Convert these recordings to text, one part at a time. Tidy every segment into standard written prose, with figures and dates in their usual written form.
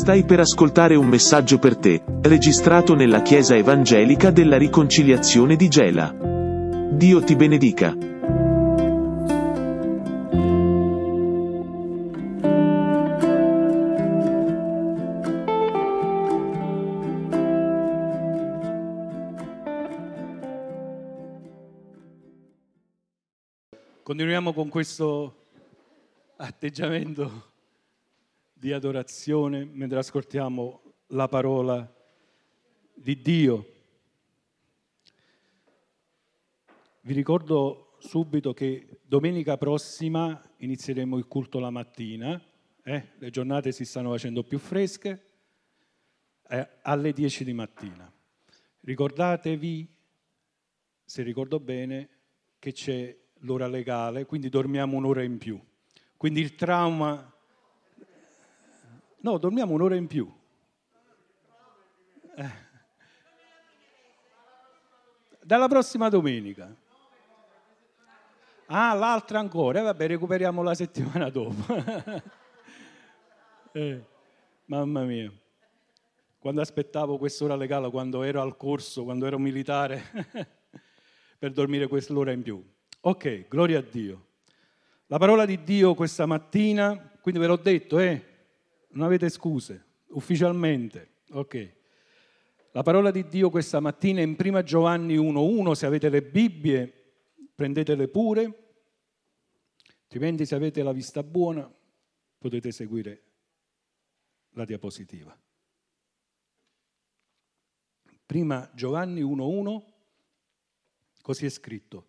Stai per ascoltare un messaggio per te, registrato nella Chiesa Evangelica della Riconciliazione di Gela. Dio ti benedica. Continuiamo con questo atteggiamento di adorazione mentre ascoltiamo la parola di Dio. Vi ricordo subito che domenica prossima inizieremo il culto la mattina, le giornate si stanno facendo più fresche, alle 10 di mattina. Ricordatevi, se ricordo bene, che c'è l'ora legale, quindi dormiamo un'ora in più. Quindi il trauma... No, dormiamo un'ora in più. Dalla prossima domenica. Ah, l'altra ancora. Vabbè, recuperiamo la settimana dopo. Mamma mia. Quando aspettavo quest'ora legale, quando ero al corso, quando ero militare, per dormire quest'ora in più. Ok, gloria a Dio. La parola di Dio questa mattina, quindi ve l'ho detto, non avete scuse, ufficialmente. Ok. La parola di Dio questa mattina è in 1 Giovanni 1,1, se avete le Bibbie prendetele pure, altrimenti se avete la vista buona potete seguire la diapositiva. 1 Giovanni 1,1, così è scritto.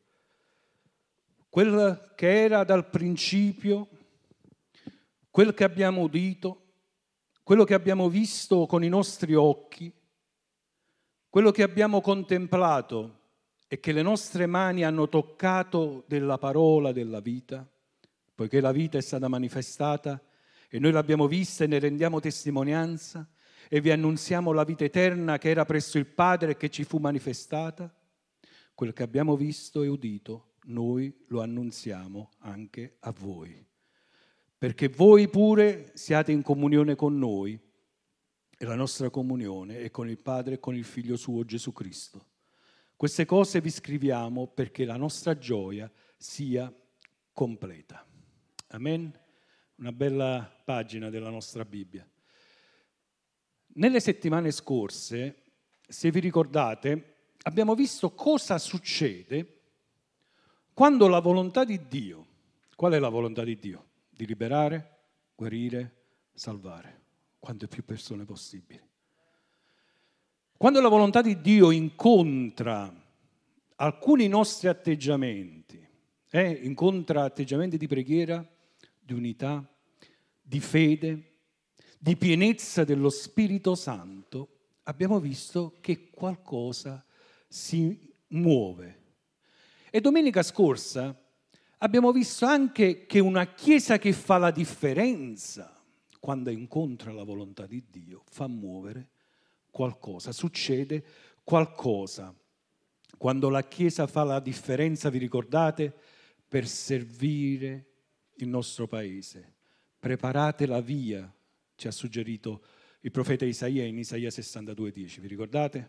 Quel che era dal principio, quel che abbiamo udito, quello che abbiamo visto con i nostri occhi, quello che abbiamo contemplato e che le nostre mani hanno toccato della parola della vita, poiché la vita è stata manifestata e noi l'abbiamo vista e ne rendiamo testimonianza e vi annunziamo la vita eterna che era presso il Padre e che ci fu manifestata, quel che abbiamo visto e udito, noi lo annunziamo anche a voi, perché voi pure siate in comunione con noi e la nostra comunione è con il Padre e con il Figlio suo Gesù Cristo. Queste cose vi scriviamo perché la nostra gioia sia completa. Amen? Una bella pagina della nostra Bibbia. Nelle settimane scorse, se vi ricordate, abbiamo visto cosa succede quando la volontà di Dio, qual è la volontà di Dio? Di liberare, guarire, salvare quante più persone possibili. Quando la volontà di Dio incontra alcuni nostri atteggiamenti, incontra atteggiamenti di preghiera, di unità, di fede, di pienezza dello Spirito Santo, abbiamo visto che qualcosa si muove. E domenica scorsa abbiamo visto anche che una Chiesa che fa la differenza quando incontra la volontà di Dio fa muovere qualcosa, succede qualcosa. Quando la Chiesa fa la differenza, vi ricordate, per servire il nostro Paese. Preparate la via, ci ha suggerito il profeta Isaia in Isaia 62,10, vi ricordate?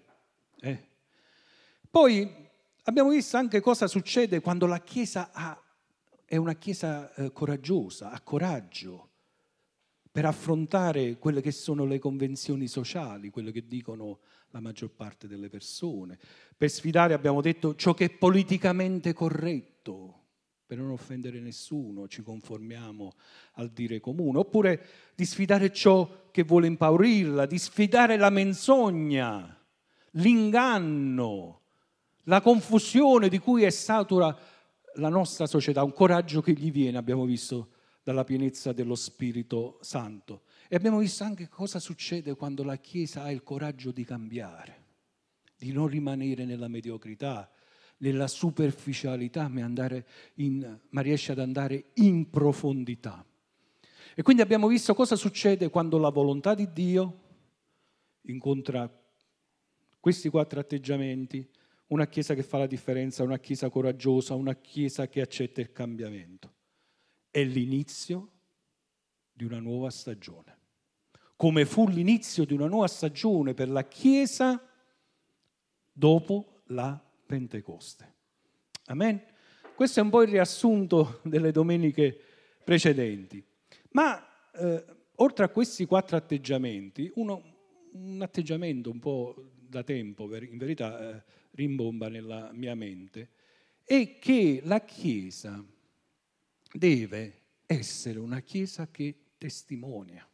Poi abbiamo visto anche cosa succede quando la Chiesa è una Chiesa coraggiosa, ha coraggio per affrontare quelle che sono le convenzioni sociali, quelle che dicono la maggior parte delle persone, per sfidare, abbiamo detto, ciò che è politicamente corretto, per non offendere nessuno, ci conformiamo al dire comune, oppure di sfidare ciò che vuole impaurirla, di sfidare la menzogna, l'inganno, la confusione di cui è satura la nostra società, un coraggio che gli viene, abbiamo visto, dalla pienezza dello Spirito Santo. E abbiamo visto anche cosa succede quando la Chiesa ha il coraggio di cambiare, di non rimanere nella mediocrità, nella superficialità, ma riesce ad andare in profondità. E quindi abbiamo visto cosa succede quando la volontà di Dio incontra questi 4 atteggiamenti, una Chiesa che fa la differenza, una Chiesa coraggiosa, una Chiesa che accetta il cambiamento. È l'inizio di una nuova stagione. come fu l'inizio di una nuova stagione per la Chiesa dopo la Pentecoste. Amen? Questo è un po' il riassunto delle domeniche precedenti. Ma oltre a questi 4 atteggiamenti, un atteggiamento un po' da tempo, in verità rimbomba nella mia mente, è che la Chiesa deve essere una Chiesa che testimonia.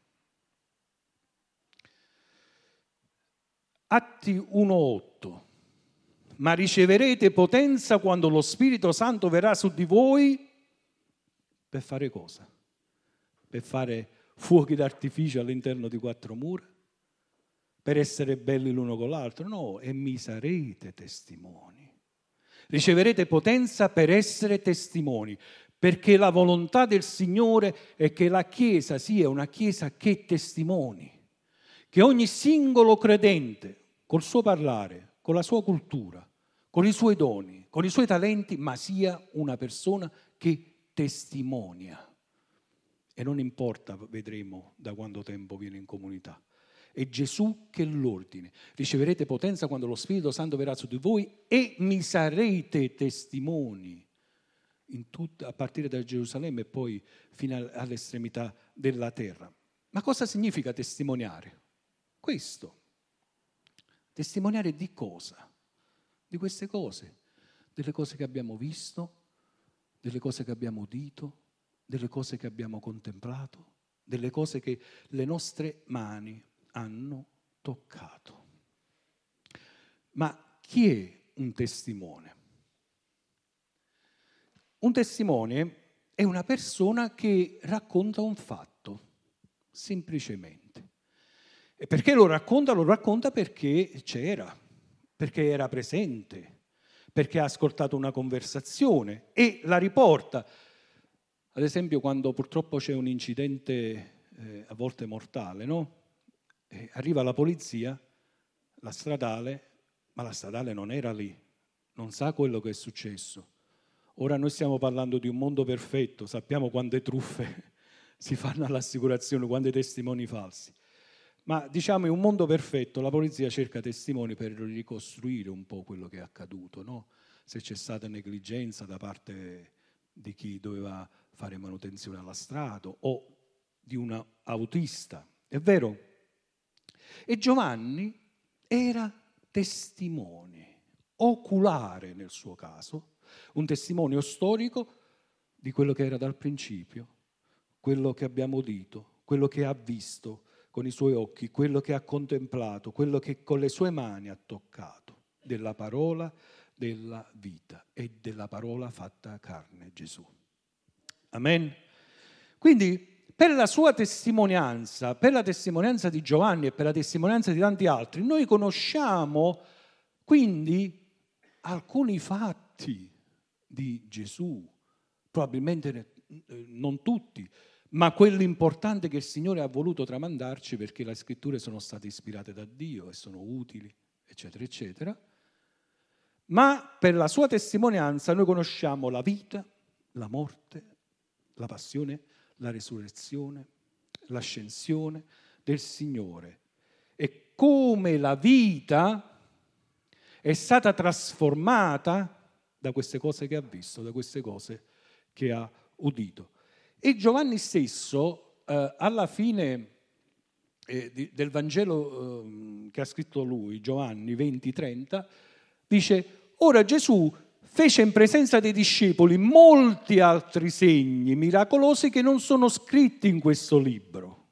Atti 1,8. Ma riceverete potenza quando lo Spirito Santo verrà su di voi per fare cosa? Per fare fuochi d'artificio all'interno di 4 mura? Per essere belli l'uno con l'altro? No, e mi sarete testimoni. Riceverete potenza per essere testimoni, perché la volontà del Signore è che la Chiesa sia una Chiesa che testimoni, che ogni singolo credente, col suo parlare, con la sua cultura, con i suoi doni, con i suoi talenti, ma sia una persona che testimonia. E non importa, vedremo da quanto tempo viene in comunità. È Gesù che l'ordine. Riceverete potenza quando lo Spirito Santo verrà su di voi e mi sarete testimoni a partire da Gerusalemme e poi fino all'estremità della terra. Ma cosa significa testimoniare? Questo. Testimoniare di cosa? Di queste cose. Delle cose che abbiamo visto, delle cose che abbiamo udito, delle cose che abbiamo contemplato, delle cose che le nostre mani hanno toccato. Ma chi è un testimone? Un testimone è una persona che racconta un fatto, semplicemente. E perché lo racconta? Lo racconta perché c'era, perché era presente, perché ha ascoltato una conversazione e la riporta. Ad esempio, quando purtroppo c'è un incidente a volte mortale, no? Arriva la polizia, la stradale, ma la stradale non era lì, non sa quello che è successo. Ora noi stiamo parlando di un mondo perfetto, sappiamo quante truffe si fanno all'assicurazione, quanti testimoni falsi. Ma diciamo in un mondo perfetto la polizia cerca testimoni per ricostruire un po' quello che è accaduto, no? Se c'è stata negligenza da parte di chi doveva fare manutenzione alla strada o di un autista. È vero? E Giovanni era testimone, oculare nel suo caso, un testimone storico di quello che era dal principio, quello che abbiamo udito, quello che ha visto con i suoi occhi, quello che ha contemplato, quello che con le sue mani ha toccato, della parola della vita e della parola fatta carne, Gesù. Amen? Quindi per la sua testimonianza, per la testimonianza di Giovanni e per la testimonianza di tanti altri, noi conosciamo quindi alcuni fatti di Gesù, probabilmente non tutti, ma quelli importanti che il Signore ha voluto tramandarci perché le scritture sono state ispirate da Dio e sono utili, eccetera, eccetera. Ma per la sua testimonianza noi conosciamo la vita, la morte, la passione, la resurrezione, l'ascensione del Signore e come la vita è stata trasformata da queste cose che ha visto, da queste cose che ha udito. E Giovanni stesso, alla fine del Vangelo che ha scritto lui, Giovanni 20:30, dice: ora Gesù fece in presenza dei discepoli molti altri segni miracolosi che non sono scritti in questo libro.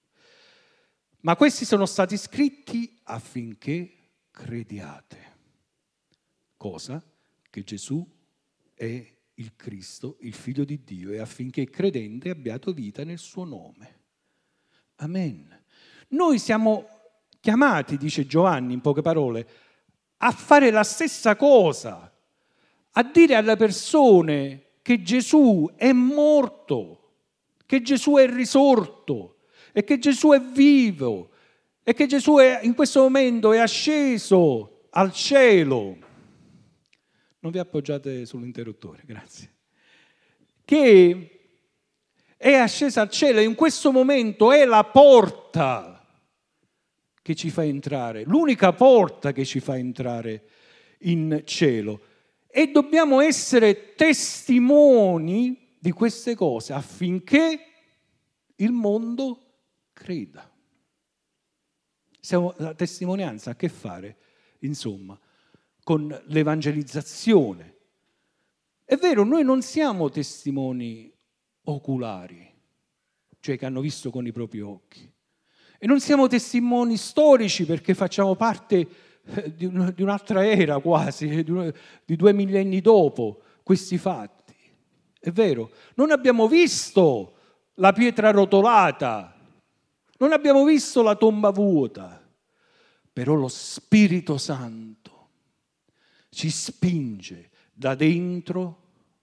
Ma questi sono stati scritti affinché crediate. Cosa? Che Gesù è il Cristo, il Figlio di Dio, e affinché credente abbiate vita nel suo nome. Amen. Noi siamo chiamati, dice Giovanni in poche parole, a fare la stessa cosa, a dire alle persone che Gesù è morto, che Gesù è risorto e che Gesù è vivo e che Gesù in questo momento è asceso al cielo. Non vi appoggiate sull'interruttore, grazie. Che è ascesa al cielo e in questo momento è la porta che ci fa entrare, l'unica porta che ci fa entrare in cielo. E dobbiamo essere testimoni di queste cose affinché il mondo creda. La testimonianza ha a che fare, insomma, con l'evangelizzazione. È vero, noi non siamo testimoni oculari, cioè che hanno visto con i propri occhi. E non siamo testimoni storici perché facciamo parte di un'altra era quasi, di 2 millenni dopo questi fatti. È vero, non abbiamo visto la pietra rotolata, non abbiamo visto la tomba vuota, però lo Spirito Santo ci spinge da dentro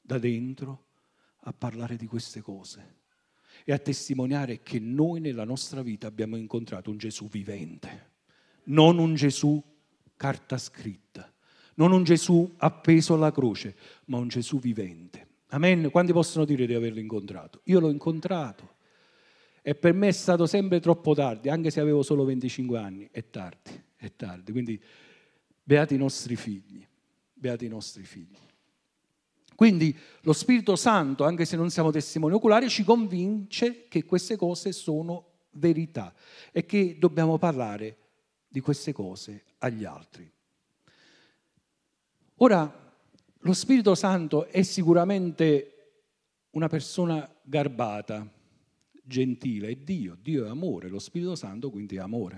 a parlare di queste cose e a testimoniare che noi nella nostra vita abbiamo incontrato un Gesù vivente, non un Gesù carta scritta, non un Gesù appeso alla croce, ma un Gesù vivente. Amen? Quanti possono dire di averlo incontrato? Io l'ho incontrato e per me è stato sempre troppo tardi, anche se avevo solo 25 anni, è tardi. Quindi beati i nostri figli, beati i nostri figli. Quindi lo Spirito Santo, anche se non siamo testimoni oculari, ci convince che queste cose sono verità e che dobbiamo parlare di queste cose agli altri. Ora, lo Spirito Santo è sicuramente una persona garbata, gentile, è Dio è amore, lo Spirito Santo quindi è amore.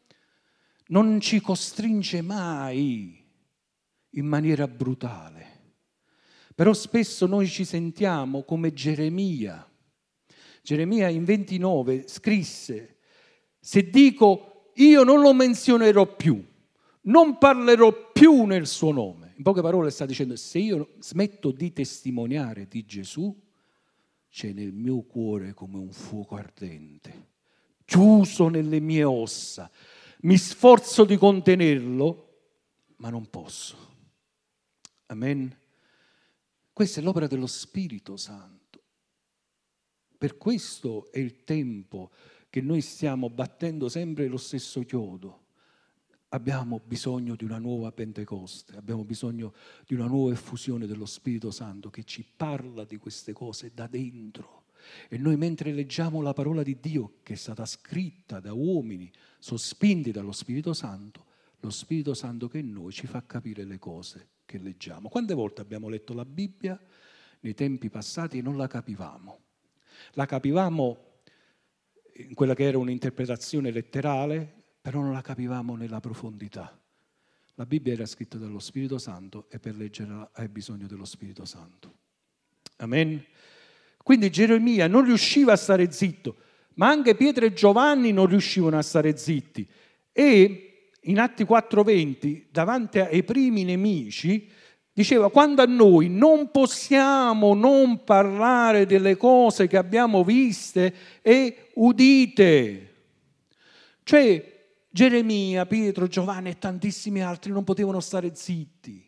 Non ci costringe mai in maniera brutale. Però spesso noi ci sentiamo come Geremia. Geremia in 29 scrisse: se dico io non lo menzionerò più, non parlerò più nel suo nome. In poche parole sta dicendo: se io smetto di testimoniare di Gesù, c'è nel mio cuore come un fuoco ardente, chiuso nelle mie ossa. Mi sforzo di contenerlo, ma non posso. Amen. Questa è l'opera dello Spirito Santo. Per questo è il tempo che noi stiamo battendo sempre lo stesso chiodo. Abbiamo bisogno di una nuova Pentecoste, abbiamo bisogno di una nuova effusione dello Spirito Santo che ci parla di queste cose da dentro. E noi mentre leggiamo la parola di Dio che è stata scritta da uomini sospinti dallo Spirito Santo, lo Spirito Santo che in noi ci fa capire le cose che leggiamo. Quante volte abbiamo letto la Bibbia nei tempi passati e non la capivamo? La capivamo in quella che era un'interpretazione letterale, però non la capivamo nella profondità. La Bibbia era scritta dallo Spirito Santo e per leggerla hai bisogno dello Spirito Santo. Amen? Quindi Geremia non riusciva a stare zitto, ma anche Pietro e Giovanni non riuscivano a stare zitti. E in Atti 4:20, davanti ai primi nemici, diceva: quando a noi non possiamo non parlare delle cose che abbiamo viste e udite. Cioè Geremia, Pietro, Giovanni e tantissimi altri non potevano stare zitti.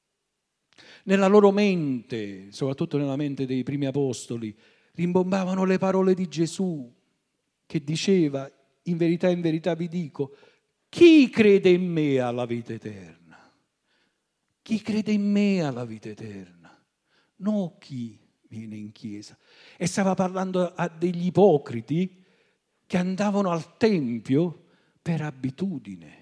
Nella loro mente, soprattutto nella mente dei primi apostoli, rimbombavano le parole di Gesù che diceva: in verità vi dico, chi crede in me ha la vita eterna? Chi crede in me ha la vita eterna? Non chi viene in chiesa. E stava parlando a degli ipocriti che andavano al tempio per abitudine,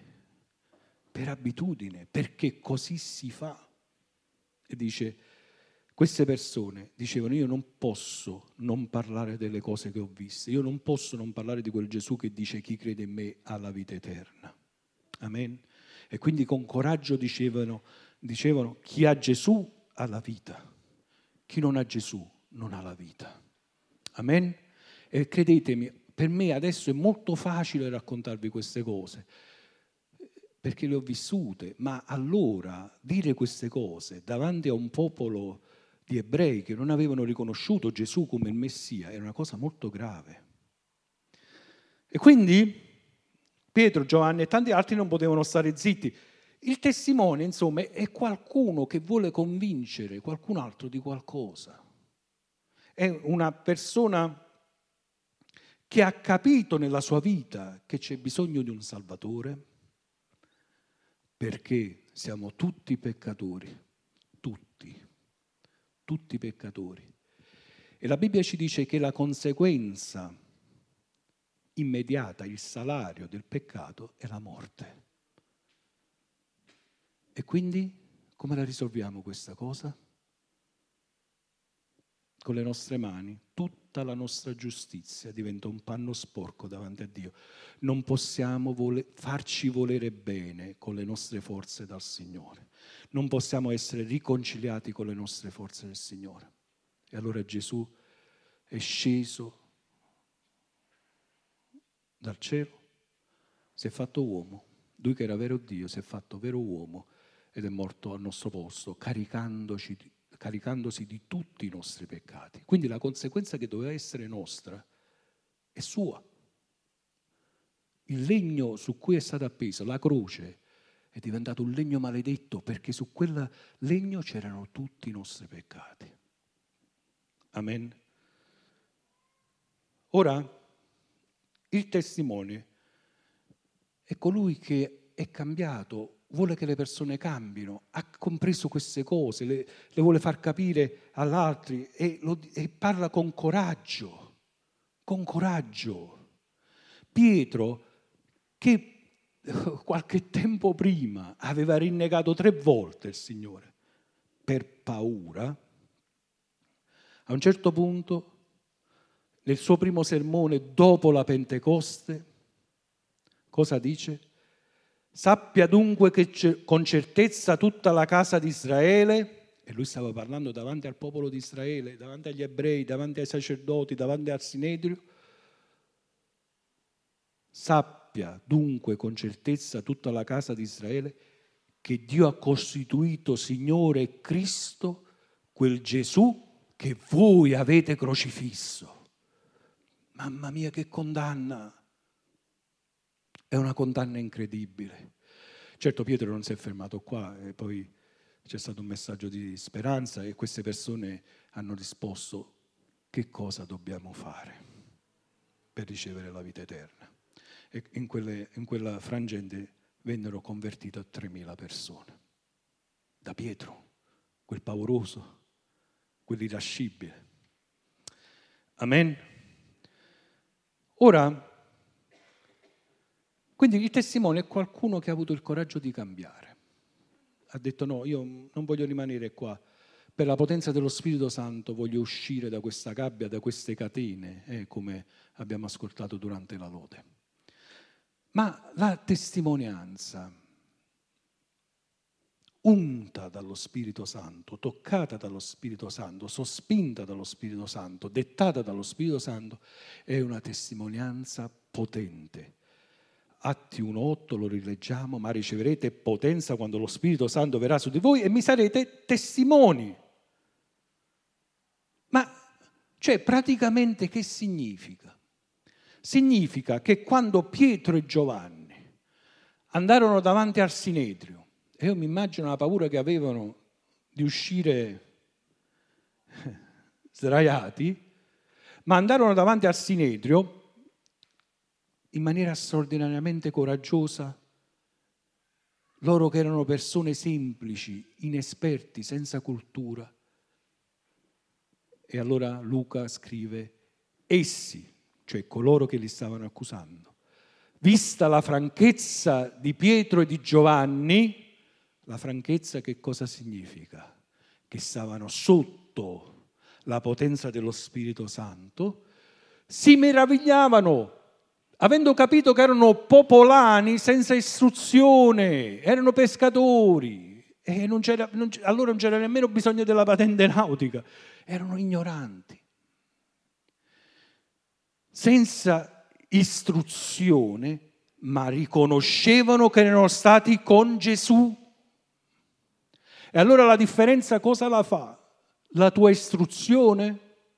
perché così si fa. E dice, queste persone dicevano: io non posso non parlare delle cose che ho viste, io non posso non parlare di quel Gesù che dice: chi crede in me ha la vita eterna. Amen. E quindi con coraggio dicevano: chi ha Gesù ha la vita, chi non ha Gesù non ha la vita. Amen. E credetemi, per me adesso è molto facile raccontarvi queste cose perché le ho vissute, ma allora dire queste cose davanti a un popolo di ebrei che non avevano riconosciuto Gesù come il Messia era una cosa molto grave. E quindi Pietro, Giovanni e tanti altri non potevano stare zitti. Il testimone, insomma, è qualcuno che vuole convincere qualcun altro di qualcosa. È una persona che ha capito nella sua vita che c'è bisogno di un Salvatore, perché siamo tutti peccatori, tutti peccatori. E la Bibbia ci dice che la conseguenza immediata, il salario del peccato è la morte. E quindi come la risolviamo questa cosa? Con le nostre mani, tutta la nostra giustizia diventa un panno sporco davanti a Dio. Non possiamo farci volere bene con le nostre forze dal Signore. Non possiamo essere riconciliati con le nostre forze del Signore. E allora Gesù è sceso dal cielo, si è fatto uomo. Lui che era vero Dio si è fatto vero uomo ed è morto al nostro posto, caricandosi di tutti i nostri peccati. Quindi la conseguenza che doveva essere nostra è sua. Il legno su cui è stato appeso, la croce, è diventato un legno maledetto perché su quel legno c'erano tutti i nostri peccati. Amen. Ora, il testimone è colui che è cambiato, vuole che le persone cambino, ha compreso queste cose, le vuole far capire agli altri e parla con coraggio, con coraggio. Pietro, che qualche tempo prima aveva rinnegato 3 volte il Signore per paura, a un certo punto, nel suo primo sermone dopo la Pentecoste, cosa dice? Sappia dunque che con certezza tutta la casa di Israele, e lui stava parlando davanti al popolo di Israele, davanti agli ebrei, davanti ai sacerdoti, davanti al Sinedrio, sappia dunque con certezza tutta la casa di Israele che Dio ha costituito Signore e Cristo quel Gesù che voi avete crocifisso. Mamma mia, che condanna! È una condanna incredibile. Certo, Pietro non si è fermato qua e poi c'è stato un messaggio di speranza e queste persone hanno risposto: che cosa dobbiamo fare per ricevere la vita eterna? E in quella frangente vennero convertite 3.000 persone. Da Pietro, quel pauroso, quell'irascibile. Amen. Ora, quindi il testimone è qualcuno che ha avuto il coraggio di cambiare. Ha detto: no, io non voglio rimanere qua. Per la potenza dello Spirito Santo voglio uscire da questa gabbia, da queste catene, come abbiamo ascoltato durante la lode. Ma la testimonianza, unta dallo Spirito Santo, toccata dallo Spirito Santo, sospinta dallo Spirito Santo, dettata dallo Spirito Santo, è una testimonianza potente. Atti 1,8 lo rileggiamo: ma riceverete potenza quando lo Spirito Santo verrà su di voi e mi sarete testimoni. Ma cioè praticamente che significa? Significa che quando Pietro e Giovanni andarono davanti al Sinedrio, e io mi immagino la paura che avevano di uscire sdraiati, ma andarono davanti al Sinedrio in maniera straordinariamente coraggiosa, loro che erano persone semplici, inesperti, senza cultura. E allora Luca scrive: essi, cioè coloro che li stavano accusando, vista la franchezza di Pietro e di Giovanni, la franchezza che cosa significa? Che stavano sotto la potenza dello Spirito Santo, si meravigliavano, avendo capito che erano popolani senza istruzione, erano pescatori e allora non c'era nemmeno bisogno della patente nautica, erano ignoranti. Senza istruzione, ma riconoscevano che erano stati con Gesù. E allora la differenza cosa la fa? La tua istruzione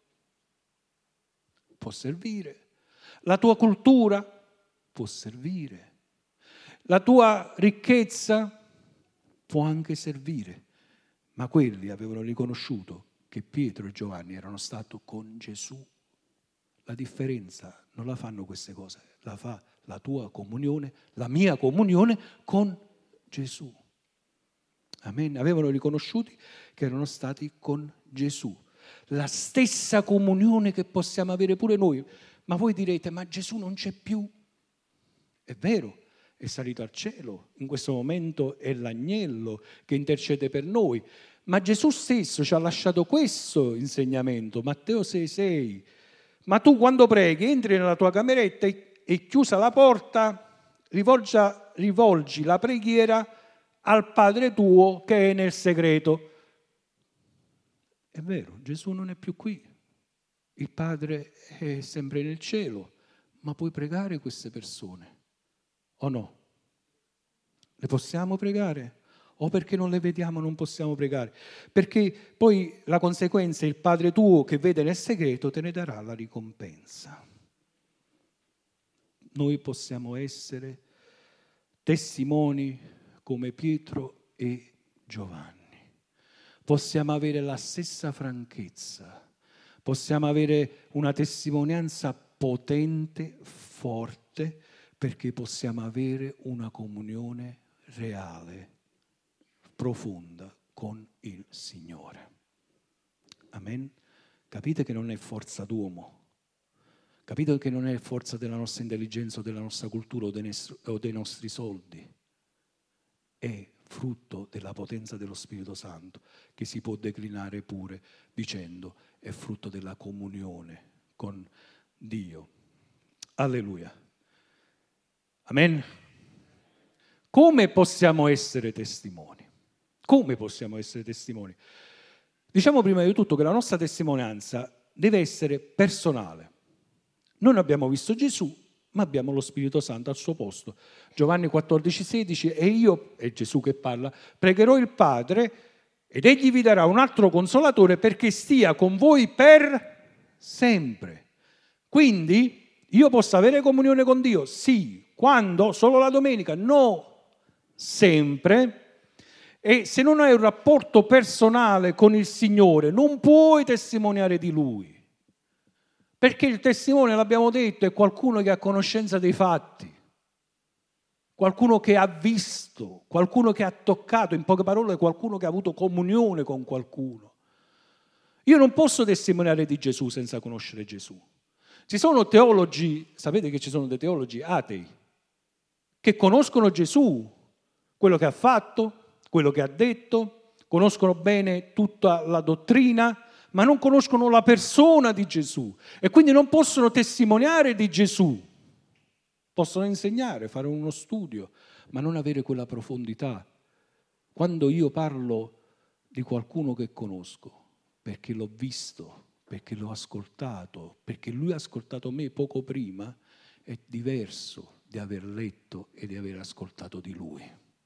può servire. La tua cultura può servire. La tua ricchezza può anche servire. Ma quelli avevano riconosciuto che Pietro e Giovanni erano stati con Gesù. La differenza non la fanno queste cose, la fa la tua comunione, la mia comunione con Gesù. Amen. Avevano riconosciuto che erano stati con Gesù. La stessa comunione che possiamo avere pure noi. Ma voi direte, ma Gesù non c'è più. È vero, è salito al cielo. In questo momento è l'agnello che intercede per noi. Ma Gesù stesso ci ha lasciato questo insegnamento, Matteo 6,6. Ma tu quando preghi, entri nella tua cameretta e chiusa la porta, rivolgi la preghiera al Padre tuo che è nel segreto. È vero, Gesù non è più qui. Il Padre è sempre nel cielo, ma puoi pregare queste persone, o no? Le possiamo pregare? O perché non le vediamo non possiamo pregare? Perché poi la conseguenza è il Padre tuo che vede nel segreto te ne darà la ricompensa. Noi possiamo essere testimoni come Pietro e Giovanni. Possiamo avere la stessa franchezza. Possiamo avere una testimonianza potente, forte, perché possiamo avere una comunione reale, profonda con il Signore. Amen? Capite che non è forza d'uomo, capite che non è forza della nostra intelligenza o della nostra cultura o dei nostri soldi, è frutto della potenza dello Spirito Santo che si può declinare pure dicendo è frutto della comunione con Dio. Alleluia. Amen. Come possiamo essere testimoni? Come possiamo essere testimoni? Diciamo prima di tutto che la nostra testimonianza deve essere personale. Non abbiamo visto Gesù, ma abbiamo lo Spirito Santo al suo posto. Giovanni 14,16, e io, è Gesù che parla, pregherò il Padre ed egli vi darà un altro consolatore perché stia con voi per sempre. Quindi io posso avere comunione con Dio? Sì. Quando? Solo la domenica? No, sempre. E se non hai un rapporto personale con il Signore, non puoi testimoniare di Lui. Perché il testimone, l'abbiamo detto, è qualcuno che ha conoscenza dei fatti, qualcuno che ha visto, qualcuno che ha toccato, in poche parole qualcuno che ha avuto comunione con qualcuno. Io non posso testimoniare di Gesù senza conoscere Gesù. Ci sono teologi, sapete che ci sono dei teologi atei, che conoscono Gesù, quello che ha fatto, quello che ha detto, conoscono bene tutta la dottrina, ma non conoscono la persona di Gesù e quindi non possono testimoniare di Gesù. Possono insegnare, fare uno studio, ma non avere quella profondità. Quando io parlo di qualcuno che conosco, perché l'ho visto, perché l'ho ascoltato, perché lui ha ascoltato me poco prima, è diverso di aver letto e di aver ascoltato di lui.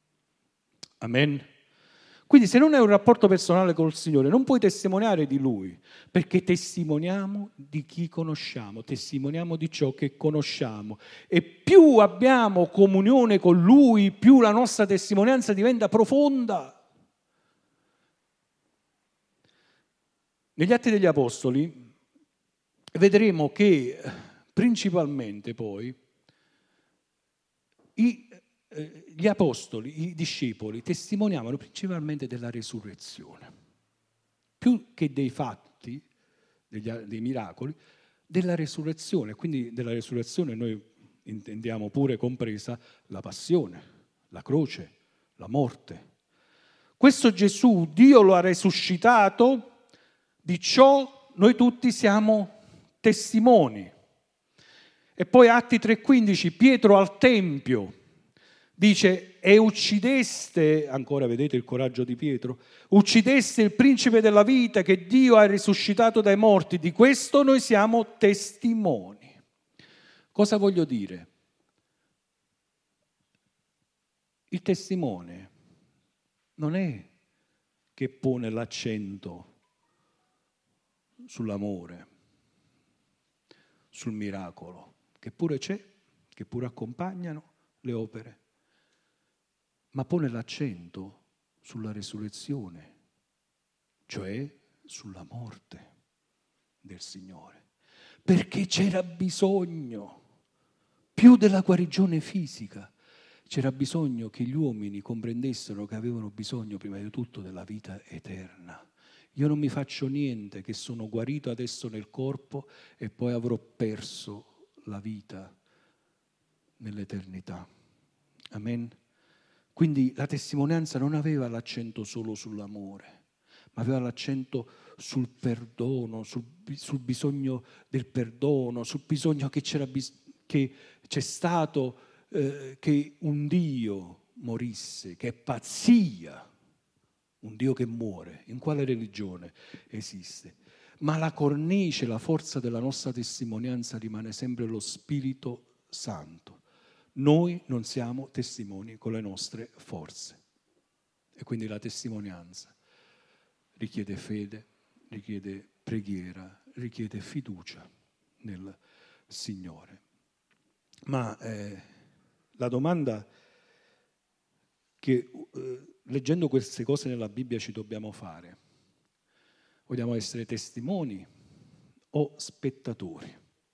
Amen? Quindi se non hai un rapporto personale col Signore non puoi testimoniare di Lui, perché testimoniamo di chi conosciamo, testimoniamo di ciò che conosciamo. E più abbiamo comunione con Lui, più la nostra testimonianza diventa profonda. Negli Atti degli Apostoli vedremo che principalmente poi gli apostoli, i discepoli, testimoniavano principalmente della resurrezione, più che dei fatti, dei miracoli, della resurrezione. Quindi della resurrezione noi intendiamo pure compresa la passione, la croce, la morte. Questo Gesù, Dio lo ha resuscitato, di ciò noi tutti siamo testimoni. E poi Atti 3,15, Pietro al Tempio dice, e uccideste, ancora vedete il coraggio di Pietro, uccideste il principe della vita che Dio ha risuscitato dai morti, di questo noi siamo testimoni. Cosa voglio dire? Il testimone non è che pone l'accento sull'amore, sul miracolo, che pure c'è, che pure accompagnano le opere, ma pone l'accento sulla resurrezione, cioè sulla morte del Signore. perché c'era bisogno, più della guarigione fisica, c'era bisogno che gli uomini comprendessero che avevano bisogno prima di tutto della vita eterna. Io non mi faccio niente, che sono guarito adesso nel corpo e poi avrò perso la vita nell'eternità. Amen. Quindi la testimonianza non aveva l'accento solo sull'amore, ma aveva l'accento sul perdono, sul bisogno del perdono, sul bisogno che c'è stato, che un Dio morisse, che è pazzia, un Dio che muore. In quale religione esiste? Ma la cornice, la forza della nostra testimonianza rimane sempre lo Spirito Santo. Noi non siamo testimoni con le nostre forze. E quindi la testimonianza richiede fede, richiede preghiera, richiede fiducia nel Signore. Ma la domanda che leggendo queste cose nella Bibbia ci dobbiamo fare: vogliamo essere testimoni o spettatori?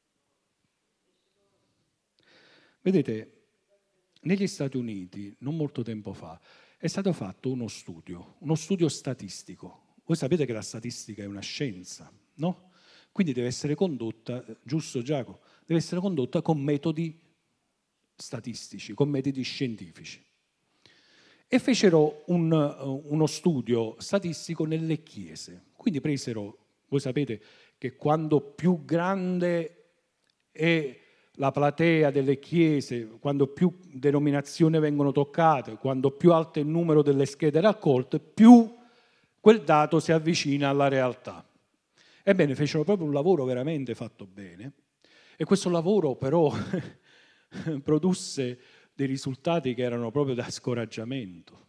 Vedete, negli Stati Uniti, non molto tempo fa, è stato fatto uno studio statistico. Voi sapete che la statistica è una scienza, no? Quindi deve essere condotta, giusto Giacomo? Deve essere condotta con metodi statistici, con metodi scientifici. E fecero uno studio statistico nelle chiese. Quindi presero, voi sapete che quando più grande è la platea delle chiese, quando più denominazioni vengono toccate, quando più alto è il numero delle schede raccolte, più quel dato si avvicina alla realtà. Ebbene, fecero proprio un lavoro veramente fatto bene, e questo lavoro però produsse dei risultati che erano proprio da scoraggiamento.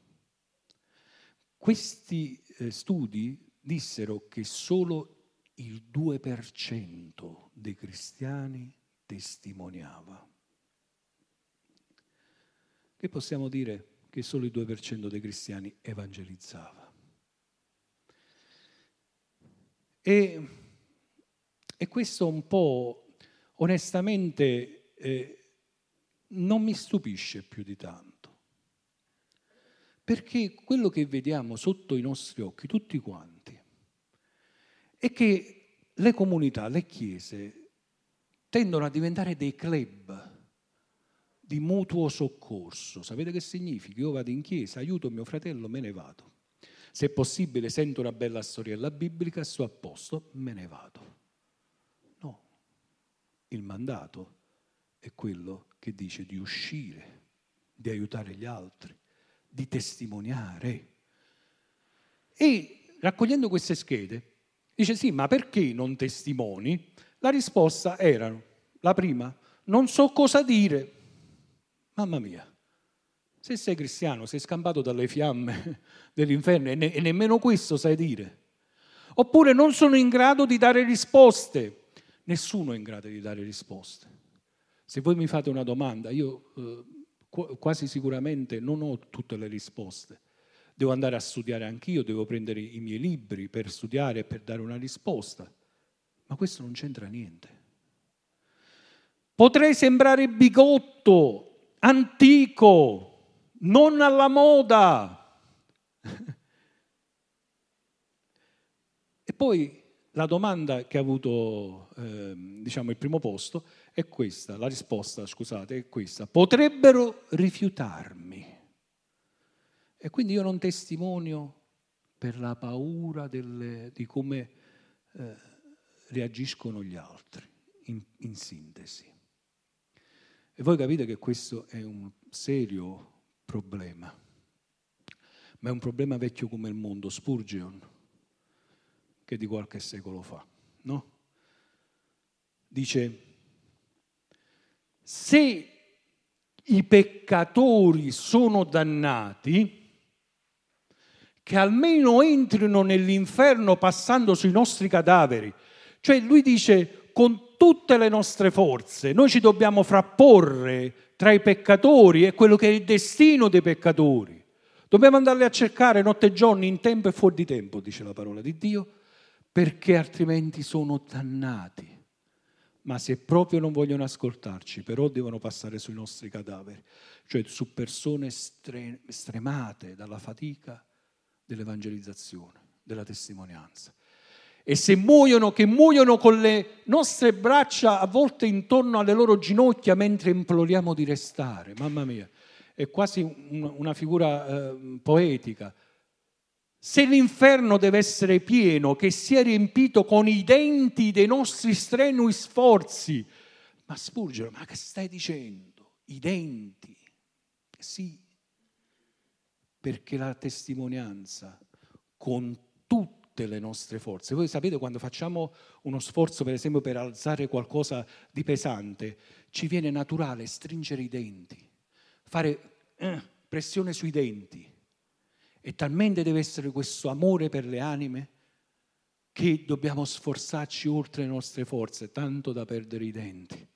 Questi studi dissero che solo il 2% dei cristiani testimoniava. Che possiamo dire? Che solo il 2% dei cristiani evangelizzava. E questo un po', onestamente, non mi stupisce più di tanto, perché quello che vediamo sotto i nostri occhi, tutti quanti, è che le comunità, le chiese, tendono a diventare dei club di mutuo soccorso. Sapete che significa? Io vado in chiesa, aiuto mio fratello, me ne vado. Se è possibile, sento una bella storiella biblica, sto a posto, me ne vado. No, il mandato è quello che dice di uscire, di aiutare gli altri, di testimoniare. E raccogliendo queste schede, dice sì, ma perché non testimoni? La risposta era, la prima, non so cosa dire. Mamma mia, se sei cristiano, sei scampato dalle fiamme dell'inferno e nemmeno questo sai dire. Oppure non sono in grado di dare risposte. Nessuno è in grado di dare risposte. Se voi mi fate una domanda, io quasi sicuramente non ho tutte le risposte. Devo andare a studiare anch'io, devo prendere i miei libri per studiare e per dare una risposta. Ma questo non c'entra niente. Potrei sembrare bigotto, antico, non alla moda. E poi la domanda che ha avuto, il primo posto è questa, la risposta, scusate, è questa: potrebbero rifiutarmi. E quindi io non testimonio per la paura di come reagiscono gli altri, in sintesi. E voi capite che questo è un serio problema, ma è un problema vecchio come il mondo. Spurgeon, che è di qualche secolo fa, no? Dice: se i peccatori sono dannati, che almeno entrino nell'inferno passando sui nostri cadaveri. Cioè lui dice, con tutte le nostre forze, noi ci dobbiamo frapporre tra i peccatori e quello che è il destino dei peccatori. Dobbiamo andarli a cercare notte e giorno, in tempo e fuori di tempo, dice la parola di Dio, perché altrimenti sono dannati. ma se proprio non vogliono ascoltarci, però devono passare sui nostri cadaveri, cioè su persone stremate dalla fatica dell'evangelizzazione, della testimonianza. E se muoiono, che muoiono con le nostre braccia a volte intorno alle loro ginocchia mentre imploriamo di restare. Mamma mia, è quasi una figura poetica. Se l'inferno deve essere pieno, che sia riempito con i denti dei nostri strenui sforzi. Ma Spurgeon, ma che stai dicendo? I denti? Sì, perché la testimonianza con tutte le nostre forze. Voi sapete, quando facciamo uno sforzo, per esempio, per alzare qualcosa di pesante, ci viene naturale stringere i denti, fare pressione sui denti. E talmente deve essere questo amore per le anime che dobbiamo sforzarci oltre le nostre forze, tanto da perdere i denti.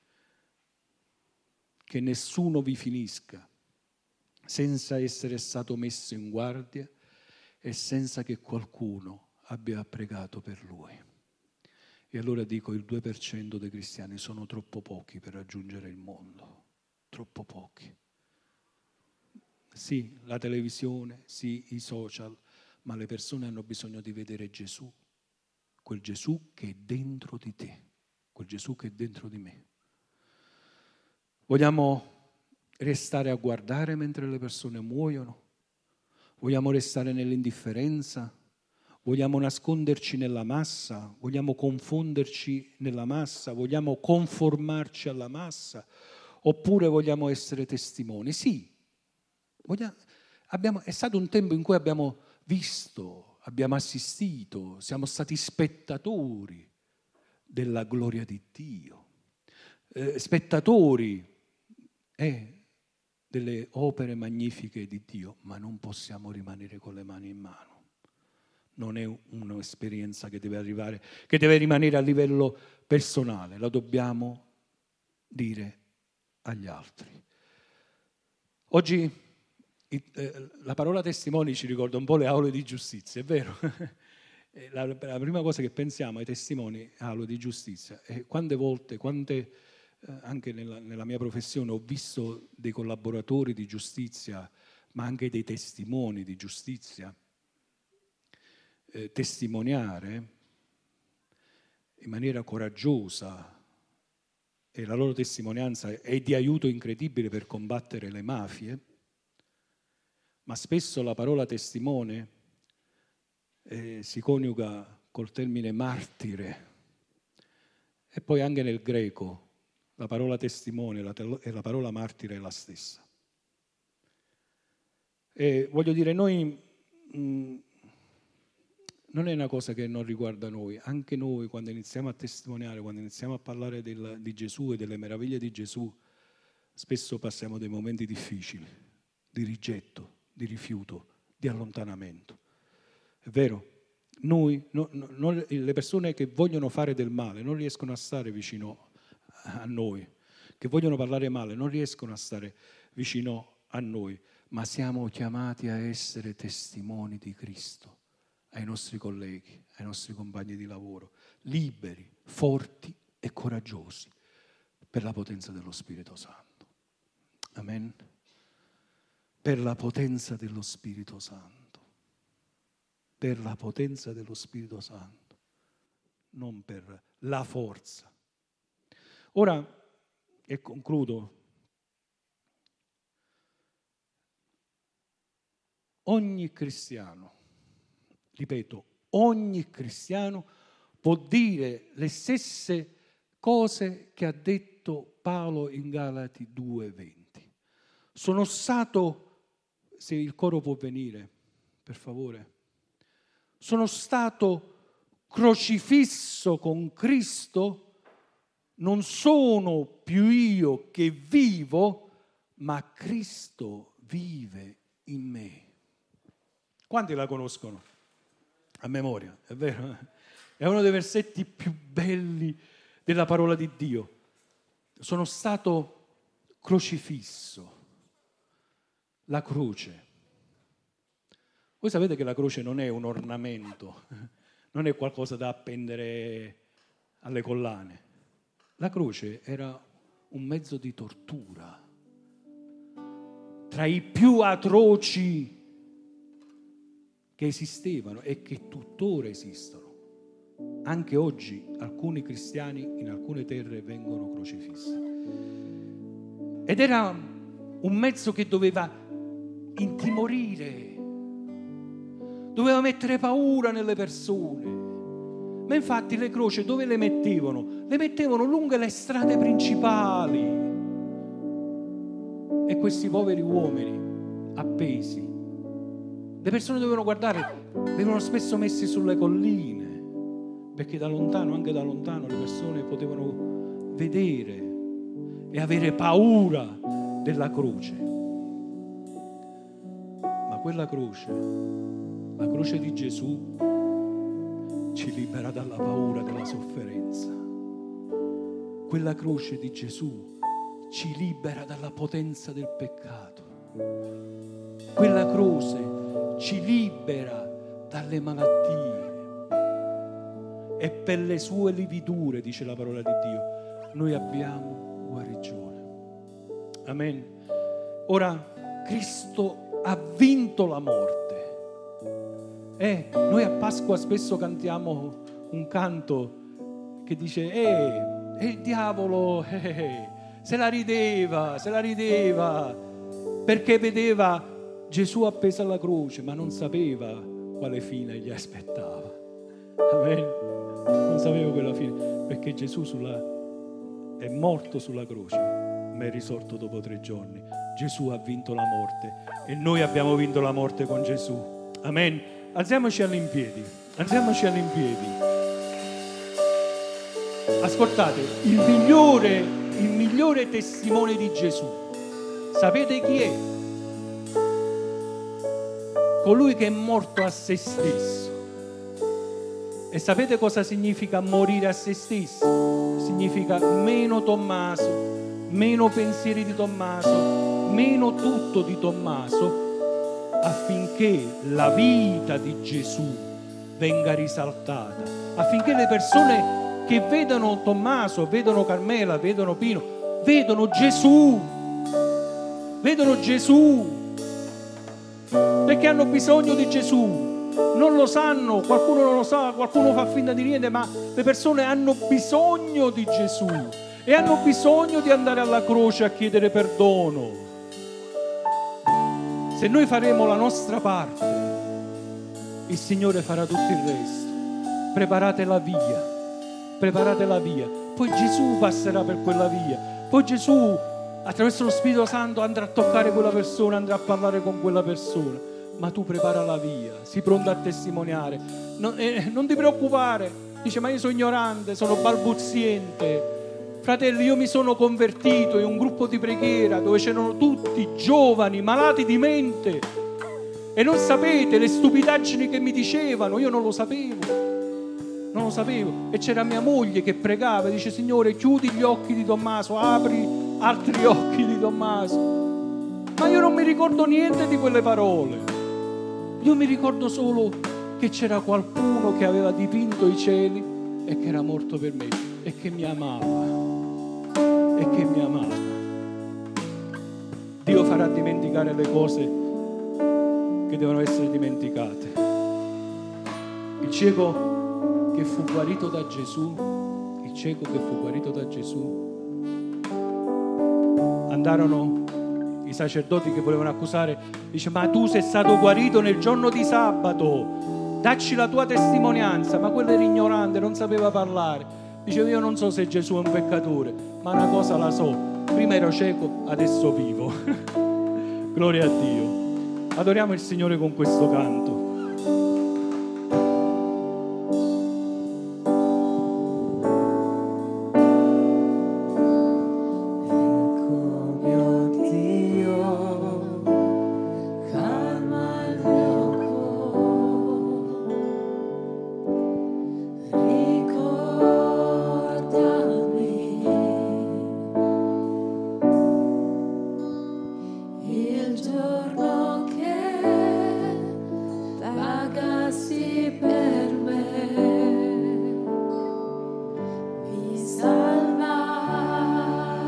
Che nessuno vi finisca senza essere stato messo in guardia e senza che qualcuno abbia pregato per lui. E allora dico, il 2% dei cristiani sono troppo pochi per raggiungere il mondo, troppo pochi. Sì, la televisione, sì, i social, ma le persone hanno bisogno di vedere Gesù, quel Gesù che è dentro di te, quel Gesù che è dentro di me. Vogliamo restare a guardare mentre le persone muoiono? Vogliamo restare nell'indifferenza? Vogliamo nasconderci nella massa? Vogliamo confonderci nella massa? Vogliamo conformarci alla massa? Oppure vogliamo essere testimoni? Sì, è stato un tempo in cui abbiamo visto, abbiamo assistito, siamo stati spettatori della gloria di Dio, spettatori delle opere magnifiche di Dio, ma non possiamo rimanere con le mani in mano. Non è un'esperienza che deve arrivare, che deve rimanere a livello personale, la dobbiamo dire agli altri. Oggi la parola testimoni ci ricorda un po' le aule di giustizia, è vero? La prima cosa che pensiamo ai testimoni è aule di giustizia. E quante volte, anche nella mia professione, ho visto dei collaboratori di giustizia, ma anche dei testimoni di giustizia, testimoniare in maniera coraggiosa, e la loro testimonianza è di aiuto incredibile per combattere le mafie. Ma spesso la parola testimone si coniuga col termine martire, e poi anche nel greco la parola testimone e la parola martire è la stessa. E voglio dire, noi non è una cosa che non riguarda noi, anche noi quando iniziamo a testimoniare, quando iniziamo a parlare di Gesù e delle meraviglie di Gesù, spesso passiamo dei momenti difficili, di rigetto, di rifiuto, di allontanamento. È vero? Le persone che vogliono fare del male non riescono a stare vicino a noi, che vogliono parlare male non riescono a stare vicino a noi, ma siamo chiamati a essere testimoni di Cristo ai nostri colleghi, ai nostri compagni di lavoro, liberi, forti e coraggiosi per la potenza dello Spirito Santo. Amen. Per la potenza dello Spirito Santo, per la potenza dello Spirito Santo, non per la forza. Ora, e concludo, ogni cristiano, ripeto, ogni cristiano può dire le stesse cose che ha detto Paolo in Galati 2:20. Sono stato, se il coro può venire, per favore, sono stato crocifisso con Cristo, non sono più io che vivo, ma Cristo vive in me. Quanti la conoscono a memoria? È vero? È uno dei versetti più belli della parola di Dio. Sono stato crocifisso. La croce. Voi sapete che la croce non è un ornamento, non è qualcosa da appendere alle collane. La croce era un mezzo di tortura, tra i più atroci che esistevano e che tuttora esistono. Anche oggi alcuni cristiani in alcune terre vengono crocifissi. Ed era un mezzo che doveva intimorire, doveva mettere paura nelle persone. Ma infatti le croci dove le mettevano? Le mettevano lungo le strade principali. E questi poveri uomini appesi, le persone dovevano guardare, venivano spesso messi sulle colline, perché da lontano, anche da lontano, le persone potevano vedere e avere paura della croce. Ma quella croce, la croce di Gesù, ci libera dalla paura della sofferenza. Quella croce di Gesù ci libera dalla potenza del peccato. Quella croce ci libera dalle malattie. E per le sue lividure, dice la parola di Dio, noi abbiamo guarigione. Amen. Ora Cristo ha vinto la morte. Noi a Pasqua spesso cantiamo un canto che dice il diavolo se la rideva, perché vedeva Gesù appeso alla croce, ma non sapeva quale fine gli aspettava. Amen. Non sapeva quella fine, perché Gesù è morto sulla croce, ma è risorto dopo 3 giorni. Gesù ha vinto la morte e noi abbiamo vinto la morte con Gesù. Amen. Alziamoci all'impiedi. Ascoltate, il migliore testimone di Gesù, sapete chi è? Colui che è morto a se stesso. E sapete cosa significa morire a se stesso? Significa meno Tommaso, meno pensieri di Tommaso, meno tutto di Tommaso, affinché la vita di Gesù venga risaltata, affinché le persone che vedono Tommaso, vedono Carmela, vedono Pino, vedono Gesù, perché hanno bisogno di Gesù. Non lo sanno, qualcuno non lo sa, qualcuno fa finta di niente, ma le persone hanno bisogno di Gesù e hanno bisogno di andare alla croce a chiedere perdono. Se noi faremo la nostra parte, il Signore farà tutto il resto. Preparate la via. Poi Gesù passerà per quella via. Poi Gesù, attraverso lo Spirito Santo, andrà a toccare quella persona, andrà a parlare con quella persona. Ma tu prepara la via, sii pronto a testimoniare. Non ti preoccupare. Dice, ma io sono ignorante, sono balbuziente. Fratelli, io mi sono convertito in un gruppo di preghiera dove c'erano tutti giovani, malati di mente. E non sapete le stupidaggini che mi dicevano, io non lo sapevo. E c'era mia moglie che pregava e dice, Signore, chiudi gli occhi di Tommaso, apri altri occhi di Tommaso. Ma io non mi ricordo niente di quelle parole. Io mi ricordo solo che c'era qualcuno che aveva dipinto i cieli e che era morto per me e che mi amava. Dio farà dimenticare le cose che devono essere dimenticate. Il cieco che fu guarito da Gesù, andarono i sacerdoti che volevano accusare, dice, ma tu sei stato guarito nel giorno di sabato, dacci la tua testimonianza. Ma quello era ignorante, non sapeva parlare. Diceva, io non so se Gesù è un peccatore, ma una cosa la so, prima ero cieco, adesso vivo. Gloria a Dio. Adoriamo il Signore con questo canto.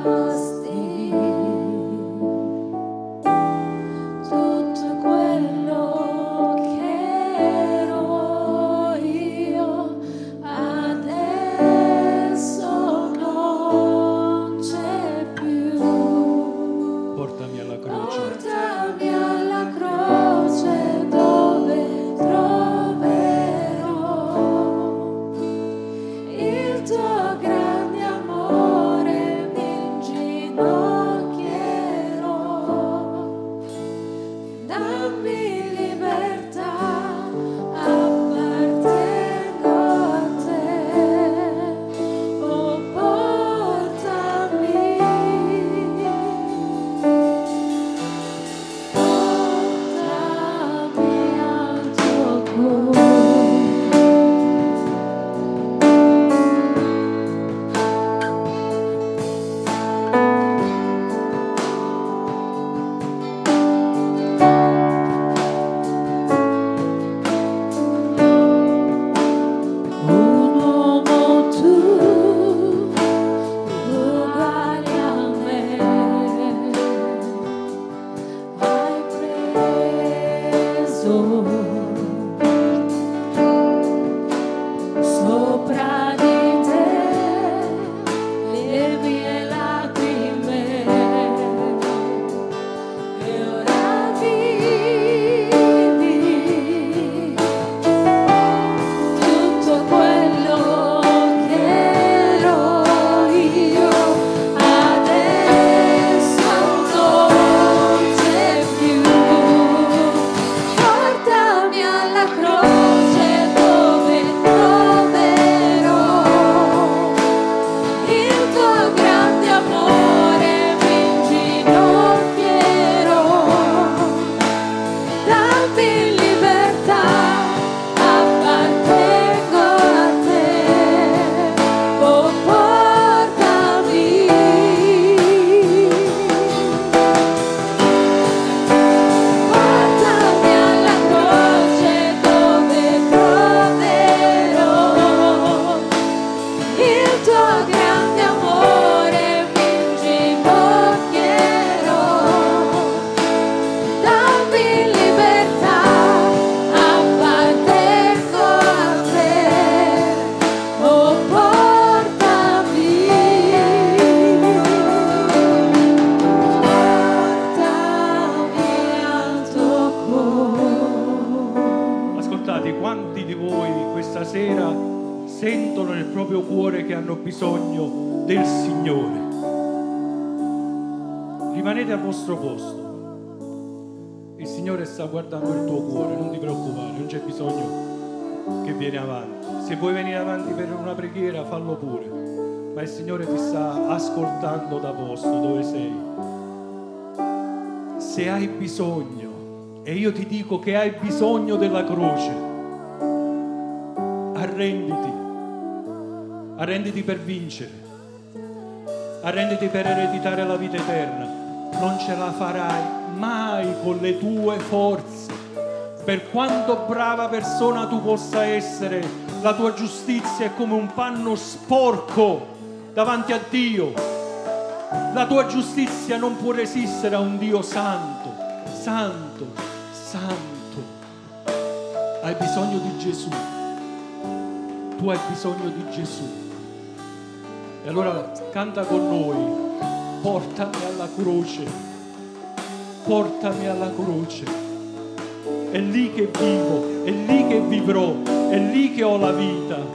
sentono nel proprio cuore che hanno bisogno del Signore. Rimanete al vostro posto. Il Signore sta guardando il tuo cuore, non ti preoccupare, non c'è bisogno che vieni avanti. Se vuoi venire avanti per una preghiera, fallo pure. Ma il Signore ti sta ascoltando da posto dove sei. Se hai bisogno, e io ti dico che hai bisogno della croce, arrenditi per vincere, arrenditi per ereditare la vita eterna. Non ce la farai mai con le tue forze. Per quanto brava persona tu possa essere, la tua giustizia è come un panno sporco davanti a Dio. La tua giustizia non può resistere a un Dio santo, santo, santo. Hai bisogno di Gesù. Tu hai bisogno di Gesù. E allora canta con noi: portami alla croce, portami alla croce. È lì che vivo, è lì che vivrò, è lì che ho la vita.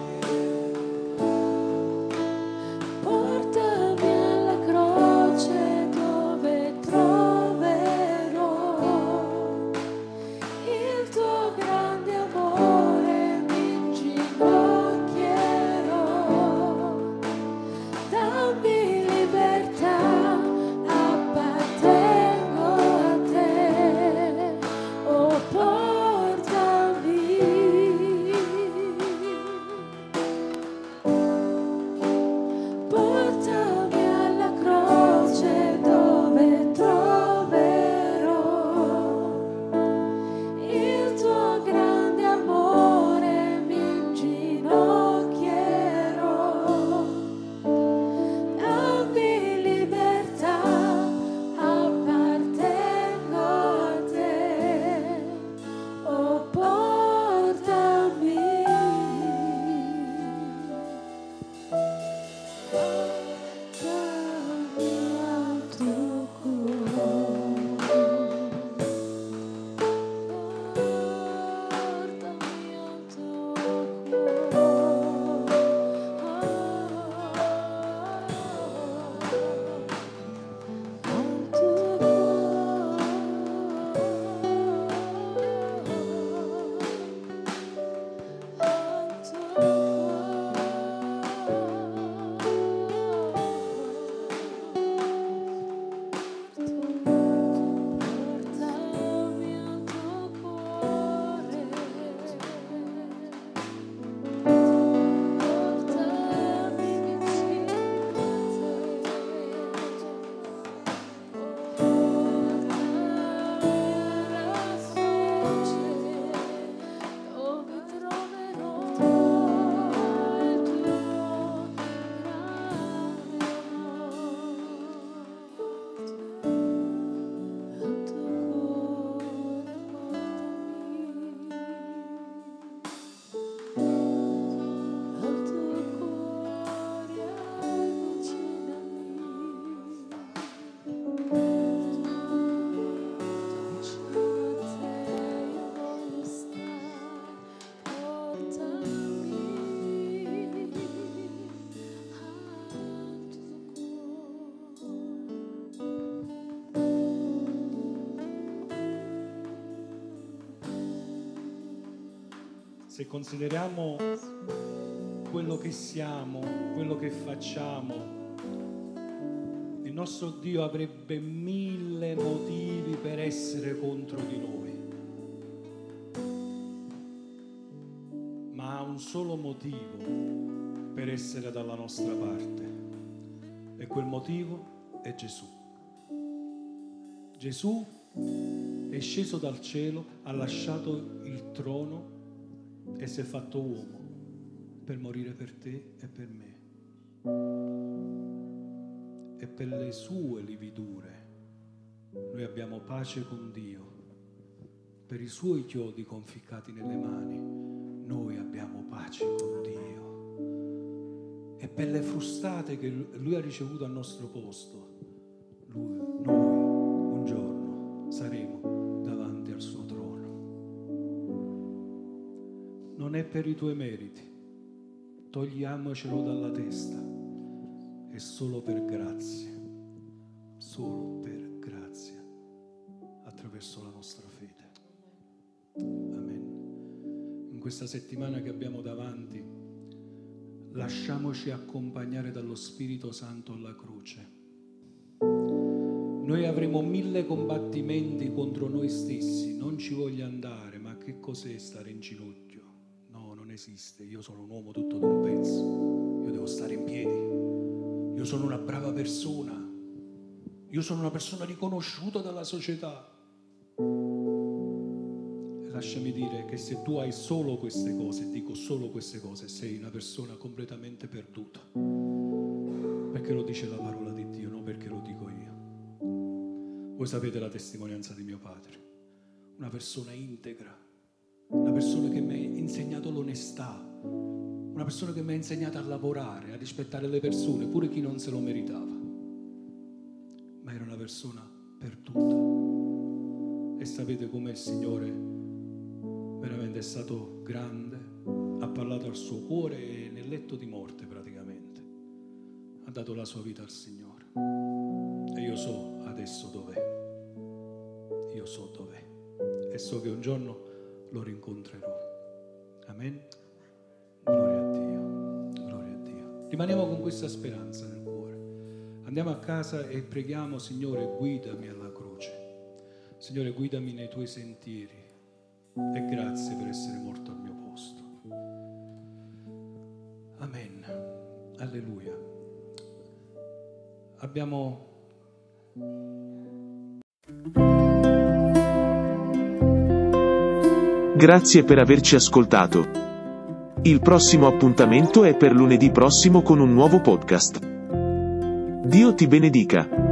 se consideriamo quello che siamo, quello che facciamo, il nostro Dio avrebbe 1000 motivi per essere contro di noi, ma ha un solo motivo per essere dalla nostra parte, e quel motivo è Gesù. Gesù è sceso dal cielo, ha lasciato il trono e si è fatto uomo per morire per te e per me. E per le sue lividure noi abbiamo pace con Dio. Per i suoi chiodi conficcati nelle mani noi abbiamo pace con Dio. E per le frustate che Lui ha ricevuto al nostro posto, noi un giorno saremo davanti al suo trono. Non è per i tuoi meriti, togliamocelo dalla testa, è solo per grazia, attraverso la nostra fede. Amen. In questa settimana che abbiamo davanti, lasciamoci accompagnare dallo Spirito Santo alla croce. Noi avremo 1000 combattimenti contro noi stessi, non ci voglio andare, ma che cos'è stare in ginocchio? No, non esiste, io sono un uomo tutto d'un pezzo, io devo stare in piedi, io sono una brava persona, io sono una persona riconosciuta dalla società. E lasciami dire che se tu hai solo queste cose, dico solo queste cose, sei una persona completamente perduta, perché lo dice la parola di Dio, non perché lo dico io. Voi sapete la testimonianza di mio padre, una persona integra, una persona che mi ha insegnato l'onestà, una persona che mi ha insegnato a lavorare, a rispettare le persone, pure chi non se lo meritava. Ma era una persona perduta. E sapete come il Signore veramente è stato grande, ha parlato al suo cuore e nel letto di morte praticamente ha dato la sua vita al Signore. E io so adesso dov'è, io so dov'è e so che un giorno lo rincontrerò. Amen. Gloria a Dio, gloria a Dio. Rimaniamo con questa speranza nel cuore. Andiamo a casa e preghiamo: Signore, guidami alla croce. Signore, guidami nei tuoi sentieri e grazie per essere morto al mio posto. Amen. Alleluia. Abbiamo Grazie per averci ascoltato. Il prossimo appuntamento è per lunedì prossimo con un nuovo podcast. Dio ti benedica.